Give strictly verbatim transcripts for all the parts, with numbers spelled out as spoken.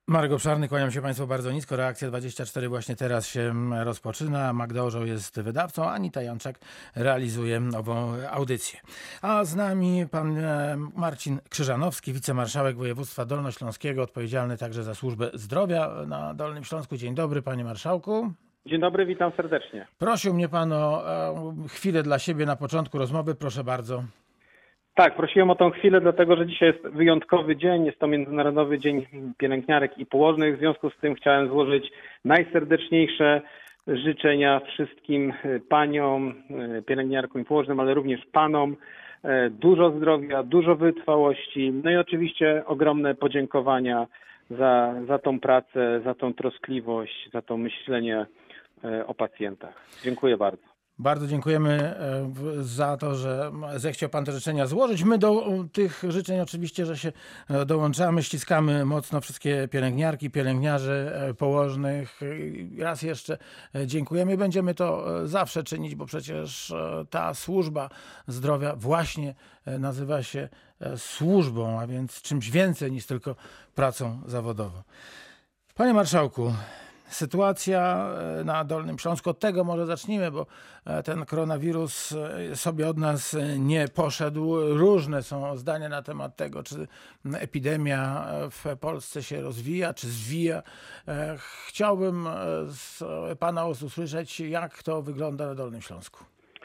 Marek Obszarny, kłaniam się Państwu bardzo nisko. Reakcja dwadzieścia cztery właśnie teraz się rozpoczyna. Magda Orzeł jest wydawcą, Anita Janczak realizuje ową audycję. A z nami pan Marcin Krzyżanowski, wicemarszałek województwa dolnośląskiego, odpowiedzialny także za służbę zdrowia na Dolnym Śląsku. Dzień dobry, panie marszałku. Dzień dobry, witam serdecznie. Prosił mnie pan o chwilę dla siebie na początku rozmowy, proszę bardzo. Tak, prosiłem o tą chwilę, dlatego że dzisiaj jest wyjątkowy dzień, jest to Międzynarodowy Dzień Pielęgniarek i Położnych. W związku z tym chciałem złożyć najserdeczniejsze życzenia wszystkim paniom, pielęgniarkom i położnym, ale również panom. Dużo zdrowia, dużo wytrwałości, no i oczywiście ogromne podziękowania za, za tą pracę, za tą troskliwość, za to myślenie o pacjentach. Dziękuję bardzo. Bardzo dziękujemy za to, że zechciał pan te życzenia złożyć. My do tych życzeń oczywiście, że się dołączamy, ściskamy mocno wszystkie pielęgniarki, pielęgniarzy, położnych. Raz jeszcze dziękujemy i będziemy to zawsze czynić, bo przecież ta służba zdrowia właśnie nazywa się służbą, a więc czymś więcej niż tylko pracą zawodową. Panie marszałku, sytuacja na Dolnym Śląsku, od tego może zacznijmy, bo ten koronawirus sobie od nas nie poszedł. Różne są zdania na temat tego, czy epidemia w Polsce się rozwija, czy zwija. Chciałbym z pana ust usłyszeć, jak to wygląda na Dolnym Śląsku.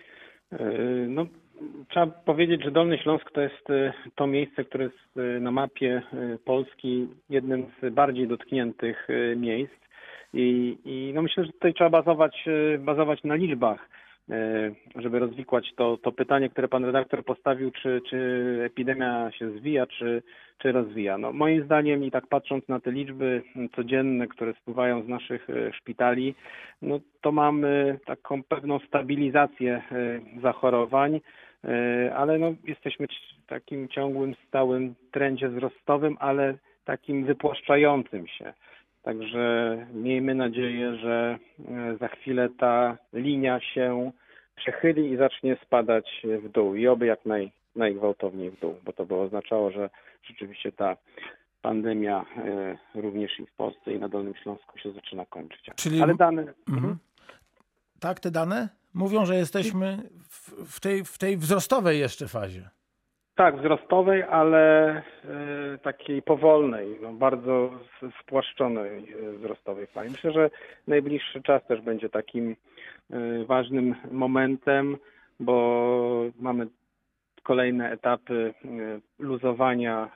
No, trzeba powiedzieć, że Dolny Śląsk to jest to miejsce, które jest na mapie Polski jednym z bardziej dotkniętych miejsc. I, i no myślę, że tutaj trzeba bazować, bazować na liczbach, żeby rozwikłać to, to pytanie, które pan redaktor postawił, czy, czy epidemia się zwija, czy, czy rozwija. No, moim zdaniem i tak patrząc na te liczby codzienne, które spływają z naszych szpitali, no to mamy taką pewną stabilizację zachorowań, ale no jesteśmy w takim ciągłym, stałym trendzie wzrostowym, ale takim wypłaszczającym się. Także miejmy nadzieję, że za chwilę ta linia się przechyli i zacznie spadać w dół i oby jak naj, najgwałtowniej w dół, bo to by oznaczało, że rzeczywiście ta pandemia również i w Polsce i na Dolnym Śląsku się zaczyna kończyć. Czyli... Ale dane... Mhm. Tak, te dane mówią, że jesteśmy w, w, tej, w tej wzrostowej jeszcze fazie. Tak, wzrostowej, ale y, takiej powolnej, no, bardzo spłaszczonej y, wzrostowej fali. Myślę, że najbliższy czas też będzie takim y, ważnym momentem, bo mamy kolejne etapy y, luzowania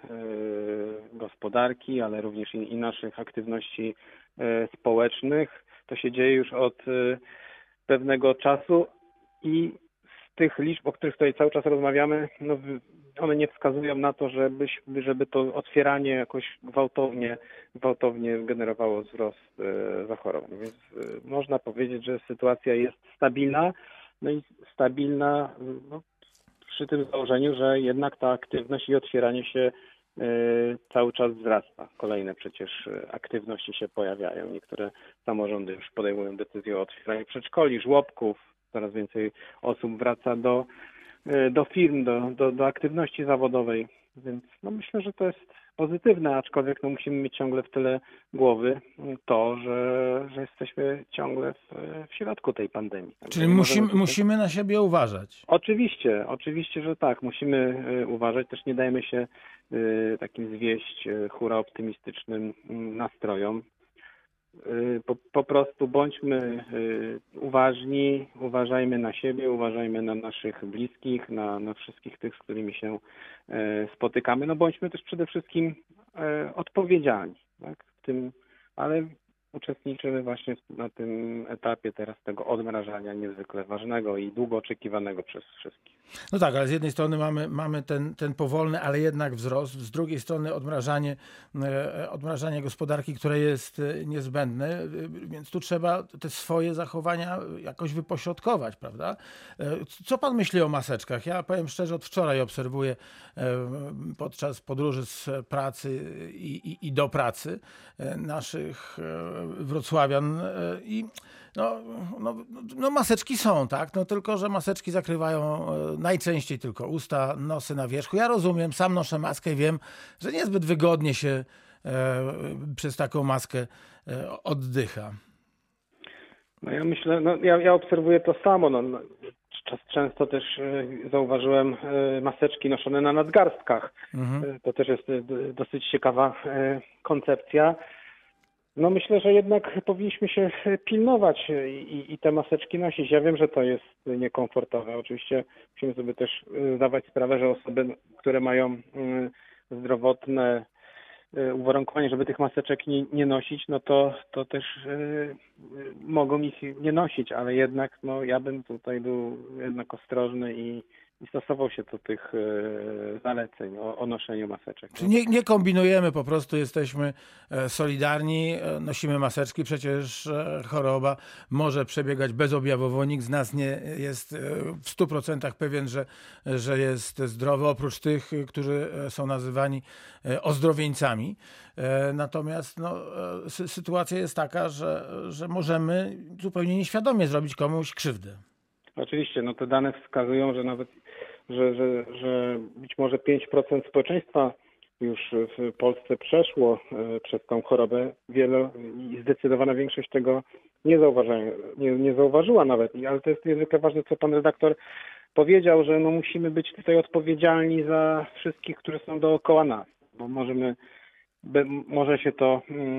y, gospodarki, ale również i, i naszych aktywności y, społecznych. To się dzieje już od y, pewnego czasu i z tych liczb, o których tutaj cały czas rozmawiamy, no, one nie wskazują na to, żeby, żeby to otwieranie jakoś gwałtownie, gwałtownie generowało wzrost e, zachorowań. Więc e, można powiedzieć, że sytuacja jest stabilna, no i stabilna no, przy tym założeniu, że jednak ta aktywność i otwieranie się e, cały czas wzrasta. Kolejne przecież aktywności się pojawiają. Niektóre samorządy już podejmują decyzję o otwieraniu przedszkoli, żłobków. Coraz więcej osób wraca do do firm, do, do, do aktywności zawodowej, więc no myślę, że to jest pozytywne, aczkolwiek no musimy mieć ciągle w tyle głowy to, że, że jesteśmy ciągle w, w środku tej pandemii. Czyli musimy, tutaj... musimy na siebie uważać. Oczywiście, oczywiście, że tak, musimy uważać, też nie dajmy się takim zwieść hura optymistycznym nastrojom. Po, po prostu bądźmy uważni, uważajmy na siebie, uważajmy na naszych bliskich, na, na wszystkich tych, z którymi się spotykamy. No bądźmy też przede wszystkim odpowiedzialni, tak? W tym, ale uczestniczymy właśnie na tym etapie teraz tego odmrażania niezwykle ważnego i długo oczekiwanego przez wszystkich. No tak, ale z jednej strony mamy, mamy ten, ten powolny, ale jednak wzrost, z drugiej strony odmrażanie, odmrażanie gospodarki, które jest niezbędne, więc tu trzeba te swoje zachowania jakoś wypośrodkować, prawda? Co pan myśli o maseczkach? Ja powiem szczerze, od wczoraj obserwuję podczas podróży z pracy i, i, i do pracy naszych wrocławian i no, no, no maseczki są, tak? No tylko, że maseczki zakrywają najczęściej tylko usta, nosy na wierzchu. Ja rozumiem, sam noszę maskę i wiem, że niezbyt wygodnie się przez taką maskę oddycha? No ja myślę, no ja, ja obserwuję to samo. No, no, często też zauważyłem maseczki noszone na nadgarstkach. Mhm. To też jest dosyć ciekawa koncepcja. No myślę, że jednak powinniśmy się pilnować i, i te maseczki nosić. Ja wiem, że to jest niekomfortowe. Oczywiście musimy sobie też zdawać sprawę, że osoby, które mają zdrowotne uwarunkowanie, żeby tych maseczek nie, nie nosić, no to, to też yy, mogą ich nie nosić, ale jednak no, ja bym tutaj był jednak ostrożny i, i stosował się do tych yy, zaleceń o, o noszeniu maseczek. Czyli nie, nie kombinujemy, po prostu jesteśmy solidarni, nosimy maseczki, przecież choroba może przebiegać bezobjawowo, nikt z nas nie jest w stu procentach pewien, że, że jest zdrowy, oprócz tych, którzy są nazywani ozdrowieńcami. Natomiast no, sytuacja jest taka, że, że możemy zupełnie nieświadomie zrobić komuś krzywdę. Oczywiście, no te dane wskazują, że nawet że, że, że być może pięć procent społeczeństwa już w Polsce przeszło przez tą chorobę. Wiele i zdecydowana większość tego nie, nie, nie zauważyła nawet. Ale to jest niezwykle ważne, co pan redaktor powiedział, że no musimy być tutaj odpowiedzialni za wszystkich, którzy są dookoła nas, bo możemy Be, może się to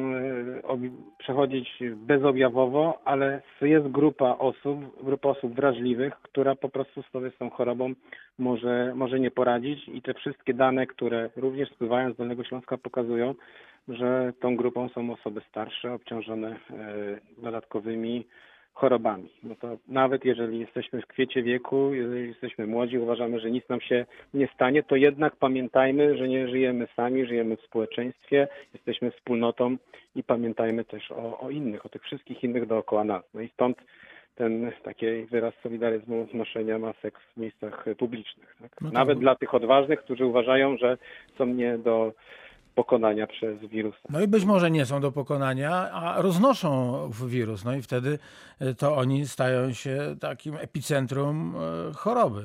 um, przechodzić bezobjawowo, ale jest grupa osób, grupa osób wrażliwych, która po prostu sobie z tą chorobą może, może nie poradzić i te wszystkie dane, które również spływają z Dolnego Śląska, pokazują, że tą grupą są osoby starsze, obciążone e, dodatkowymi chorobami. No to nawet jeżeli jesteśmy w kwiecie wieku, jeżeli jesteśmy młodzi, uważamy, że nic nam się nie stanie, to jednak pamiętajmy, że nie żyjemy sami, żyjemy w społeczeństwie, jesteśmy wspólnotą i pamiętajmy też o, o innych, o tych wszystkich innych dookoła nas. No i stąd ten taki wyraz solidaryzmu noszenia masek w miejscach publicznych. Tak? No to... Nawet dla tych odważnych, którzy uważają, że są nie do pokonania przez wirusa. No i być może nie są do pokonania, a roznoszą wirus. No i wtedy to oni stają się takim epicentrum choroby.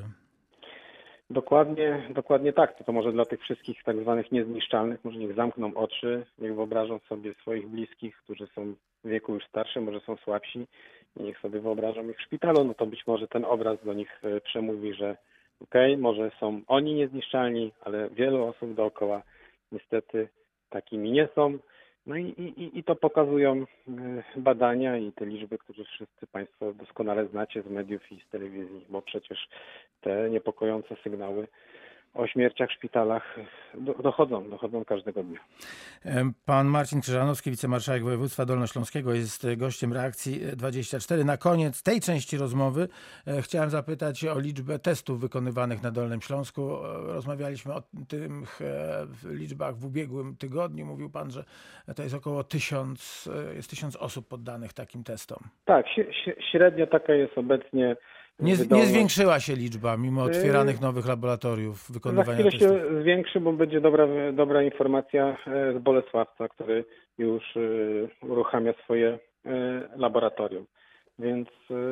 Dokładnie, dokładnie tak. To, to może dla tych wszystkich tak zwanych niezniszczalnych, może niech zamkną oczy, niech wyobrażą sobie swoich bliskich, którzy są w wieku już starszym, może są słabsi i niech sobie wyobrażą ich w szpitalu. No to być może ten obraz do nich przemówi, że okej, okay, może są oni niezniszczalni, ale wielu osób dookoła niestety takimi nie są. No i, i, i to pokazują badania i te liczby, które wszyscy Państwo doskonale znacie z mediów i z telewizji, bo przecież te niepokojące sygnały o śmierciach w szpitalach dochodzą, dochodzą każdego dnia. Pan Marcin Krzyżanowski, wicemarszałek województwa dolnośląskiego, jest gościem Reakcji dwadzieścia cztery. Na koniec tej części rozmowy chciałem zapytać o liczbę testów wykonywanych na Dolnym Śląsku. Rozmawialiśmy o tych liczbach w ubiegłym tygodniu. Mówił pan, że to jest około tysiąc, jest tysiąc osób poddanych takim testom. Tak, średnio taka jest obecnie. Nie, nie zwiększyła się liczba, mimo otwieranych nowych laboratoriów wykonywania testów. Za chwilę testów. się zwiększy, bo będzie dobra, dobra informacja z Bolesławca, który już uruchamia swoje laboratorium. Więc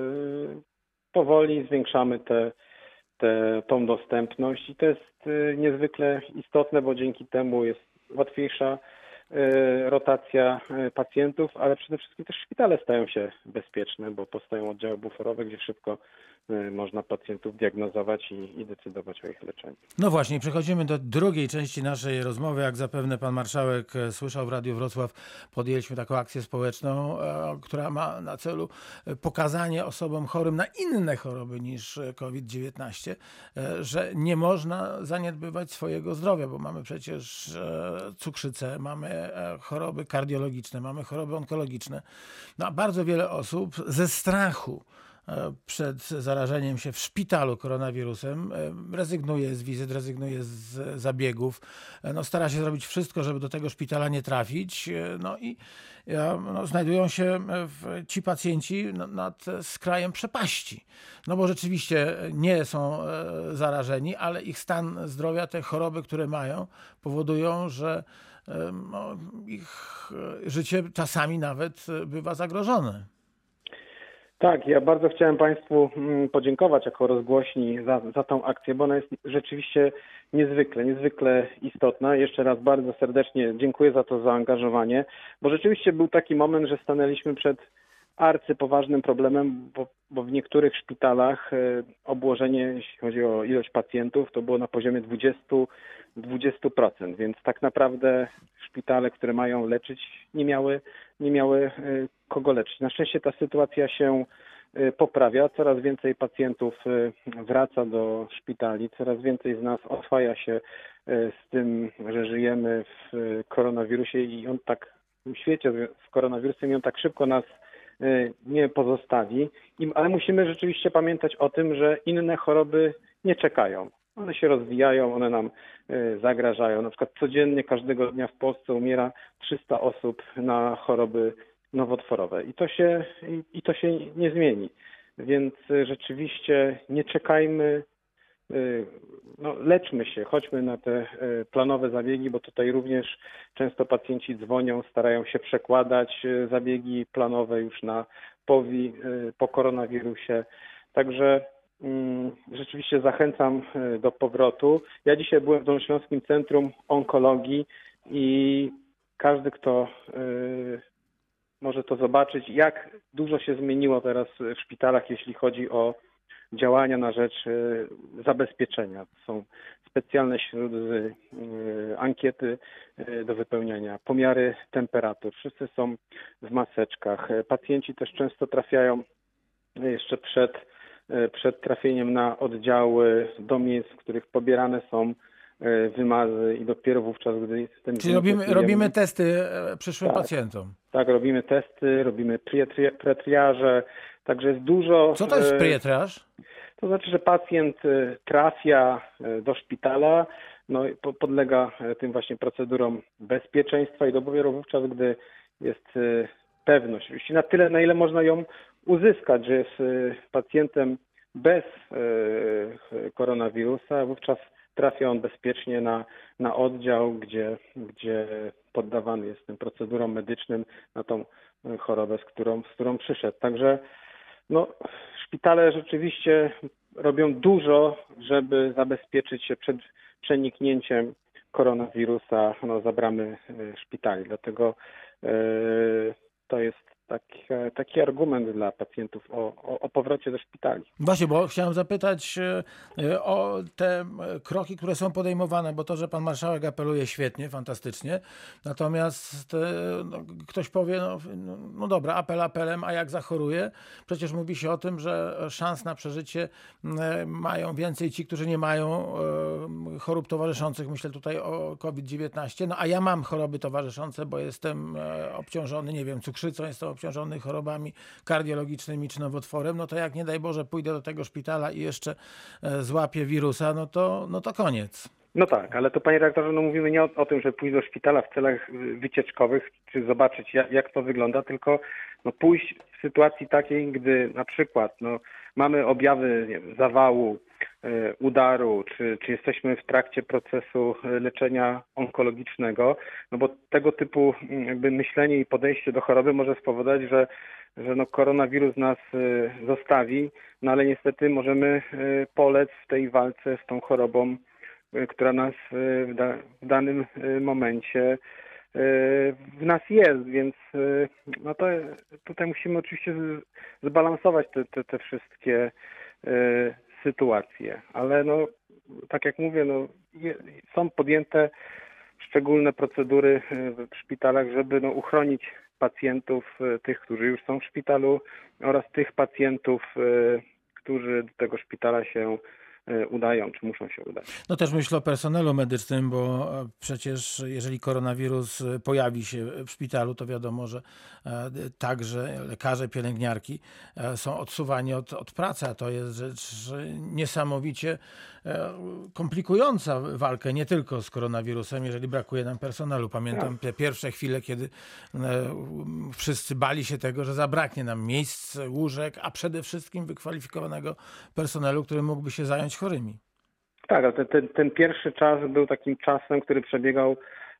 powoli zwiększamy te, te, tą dostępność i to jest niezwykle istotne, bo dzięki temu jest łatwiejsza rotacja pacjentów, ale przede wszystkim też szpitale stają się bezpieczne, bo powstają oddziały buforowe, gdzie szybko można pacjentów diagnozować i, i decydować o ich leczeniu. No właśnie, przechodzimy do drugiej części naszej rozmowy. Jak zapewne pan marszałek słyszał, w Radiu Wrocław podjęliśmy taką akcję społeczną, która ma na celu pokazanie osobom chorym na inne choroby niż COVID dziewiętnaście, że nie można zaniedbywać swojego zdrowia, bo mamy przecież cukrzycę, mamy choroby kardiologiczne, mamy choroby onkologiczne. No a bardzo wiele osób ze strachu przed zarażeniem się w szpitalu koronawirusem rezygnuje z wizyt, rezygnuje z zabiegów, no, stara się zrobić wszystko, żeby do tego szpitala nie trafić, no i no, znajdują się w, ci pacjenci nad skrajem przepaści, no bo rzeczywiście nie są zarażeni, ale ich stan zdrowia, te choroby, które mają, powodują, że no, ich życie czasami nawet bywa zagrożone. Tak, ja bardzo chciałem Państwu podziękować jako rozgłośni za, za tą akcję, bo ona jest rzeczywiście niezwykle, niezwykle istotna. Jeszcze raz bardzo serdecznie dziękuję za to zaangażowanie, bo rzeczywiście był taki moment, że stanęliśmy przed arcypoważnym problemem, bo, bo w niektórych szpitalach e, obłożenie, jeśli chodzi o ilość pacjentów, to było na poziomie dwudziestu procent, więc tak naprawdę szpitale, które mają leczyć, nie miały, nie miały e, kogo leczyć. Na szczęście ta sytuacja się e, poprawia, coraz więcej pacjentów e, wraca do szpitali, coraz więcej z nas oswaja się e, z tym, że żyjemy w e, koronawirusie i on tak w świecie z koronawirusem i on tak szybko nas nie pozostawi, ale musimy rzeczywiście pamiętać o tym, że inne choroby nie czekają. One się rozwijają, one nam zagrażają. Na przykład codziennie, każdego dnia w Polsce umiera trzysta osób na choroby nowotworowe i to się, i to się nie zmieni. Więc rzeczywiście nie czekajmy, no, leczmy się, chodźmy na te planowe zabiegi, bo tutaj również często pacjenci dzwonią, starają się przekładać zabiegi planowe już na POWI po koronawirusie. Także mm, rzeczywiście zachęcam do powrotu. Ja dzisiaj byłem w Dolnośląskim Centrum Onkologii i każdy, kto y, może to zobaczyć, jak dużo się zmieniło teraz w szpitalach, jeśli chodzi o działania na rzecz zabezpieczenia. Są specjalne śrudy, ankiety do wypełniania, pomiary temperatur. Wszyscy są w maseczkach. Pacjenci też często trafiają jeszcze przed, przed trafieniem na oddziały do miejsc, w których pobierane są wymazy i dopiero wówczas, gdy ten Czyli robimy, robimy testy przyszłym tak, pacjentom. Tak, robimy testy, robimy pretriaże, także jest dużo... Co to jest pretriaż? To znaczy, że pacjent trafia do szpitala, no, podlega tym właśnie procedurom bezpieczeństwa i dopiero wówczas, gdy jest pewność, jeśli na tyle, na ile można ją uzyskać, że jest pacjentem bez koronawirusa, wówczas trafia on bezpiecznie na, na oddział, gdzie, gdzie poddawany jest tym procedurom medycznym na tą chorobę, z którą, z którą przyszedł. Także no, szpitale rzeczywiście robią dużo, żeby zabezpieczyć się przed przeniknięciem koronawirusa no, za bramy szpitali. Dlatego yy, to jest taki, taki argument dla pacjentów o, o, o powrocie do szpitali. Właśnie, bo chciałem zapytać o te kroki, które są podejmowane, bo to, że pan marszałek apeluje świetnie, fantastycznie, natomiast no, ktoś powie, no, no dobra, apel apelem, a jak zachoruje? Przecież mówi się o tym, że szans na przeżycie mają więcej ci, którzy nie mają chorób towarzyszących. Myślę tutaj o COVID dziewiętnaście, no a ja mam choroby towarzyszące, bo jestem obciążony, nie wiem, cukrzycą, jestem obciążony chorobami kardiologicznymi czy nowotworem, no to jak nie daj Boże pójdę do tego szpitala i jeszcze złapię wirusa, no to, no to koniec. No tak, ale to panie redaktorze, no mówimy nie o, o tym, że pójść do szpitala w celach wycieczkowych, czy zobaczyć jak, jak to wygląda, tylko no pójść w sytuacji takiej, gdy na przykład no, mamy objawy nie wiem, zawału, y, udaru, czy, czy jesteśmy w trakcie procesu leczenia onkologicznego, no bo tego typu jakby myślenie i podejście do choroby może spowodować, że że no koronawirus nas y, zostawi, no ale niestety możemy y, polec w tej walce z tą chorobą, y, która nas y, w, da, w danym y, momencie y, w nas jest, więc y, no to tutaj musimy oczywiście z, zbalansować te, te, te wszystkie y, sytuacje, ale no tak jak mówię, no je, są podjęte szczególne procedury w szpitalach, żeby no, uchronić pacjentów, tych, którzy już są w szpitalu oraz tych pacjentów, którzy do tego szpitala się udają, czy muszą się udać. No też myślę o personelu medycznym, bo przecież jeżeli koronawirus pojawi się w szpitalu, to wiadomo, że także lekarze, pielęgniarki są odsuwani od, od pracy, a to jest rzecz niesamowicie komplikująca walkę nie tylko z koronawirusem, jeżeli brakuje nam personelu. Pamiętam te pierwsze chwile, kiedy wszyscy bali się tego, że zabraknie nam miejsc, łóżek, a przede wszystkim wykwalifikowanego personelu, który mógłby się zająć chorymi. Tak, ale ten, ten, ten pierwszy czas był takim czasem, który przebiegał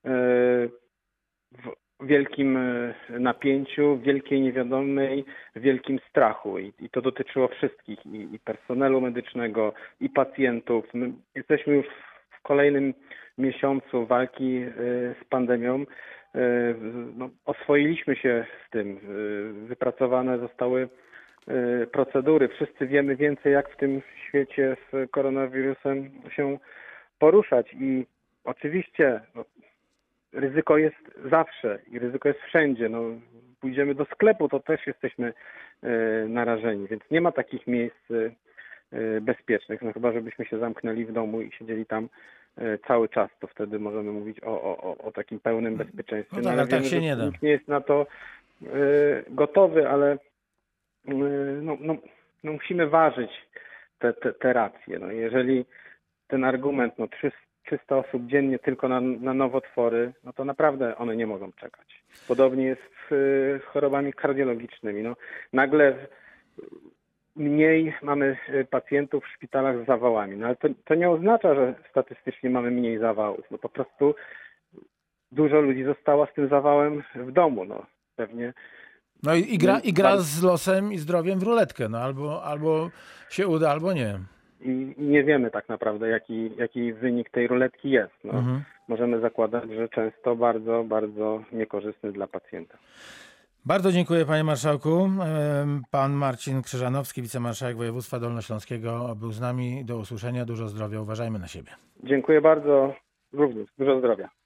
w wielkim napięciu, w wielkiej niewiadomej, w wielkim strachu i, i to dotyczyło wszystkich, i, i personelu medycznego, i pacjentów. My jesteśmy już w kolejnym miesiącu walki z pandemią no, oswoiliśmy się z tym. Wypracowane zostały procedury. Wszyscy wiemy więcej, jak w tym świecie z koronawirusem się poruszać i oczywiście no, ryzyko jest zawsze i ryzyko jest wszędzie. No, pójdziemy do sklepu, to też jesteśmy narażeni, więc nie ma takich miejsc bezpiecznych, no chyba żebyśmy się zamknęli w domu i siedzieli tam cały czas, to wtedy możemy mówić o, o, o takim pełnym bezpieczeństwie. No tak, ale ale tak wiemy, się że nie da. nikt nie jest na to gotowy, ale no, no, no musimy ważyć te, te, te racje. No jeżeli ten argument, no trzysta osób dziennie tylko na, na nowotwory, no to naprawdę one nie mogą czekać. Podobnie jest z chorobami kardiologicznymi. No, nagle mniej mamy pacjentów w szpitalach z zawałami, no ale to, to nie oznacza, że statystycznie mamy mniej zawałów. No po prostu dużo ludzi zostało z tym zawałem w domu. No pewnie. No i, i, gra, i gra z losem i zdrowiem w ruletkę. No albo, albo się uda, albo nie. I nie wiemy tak naprawdę, jaki, jaki wynik tej ruletki jest. No, mhm. Możemy zakładać, że często bardzo, bardzo niekorzystny dla pacjenta. Bardzo dziękuję, panie marszałku. Pan Marcin Krzyżanowski, wicemarszałek województwa dolnośląskiego, był z nami. Do usłyszenia. Dużo zdrowia. Uważajmy na siebie. Dziękuję bardzo. Również. Dużo zdrowia.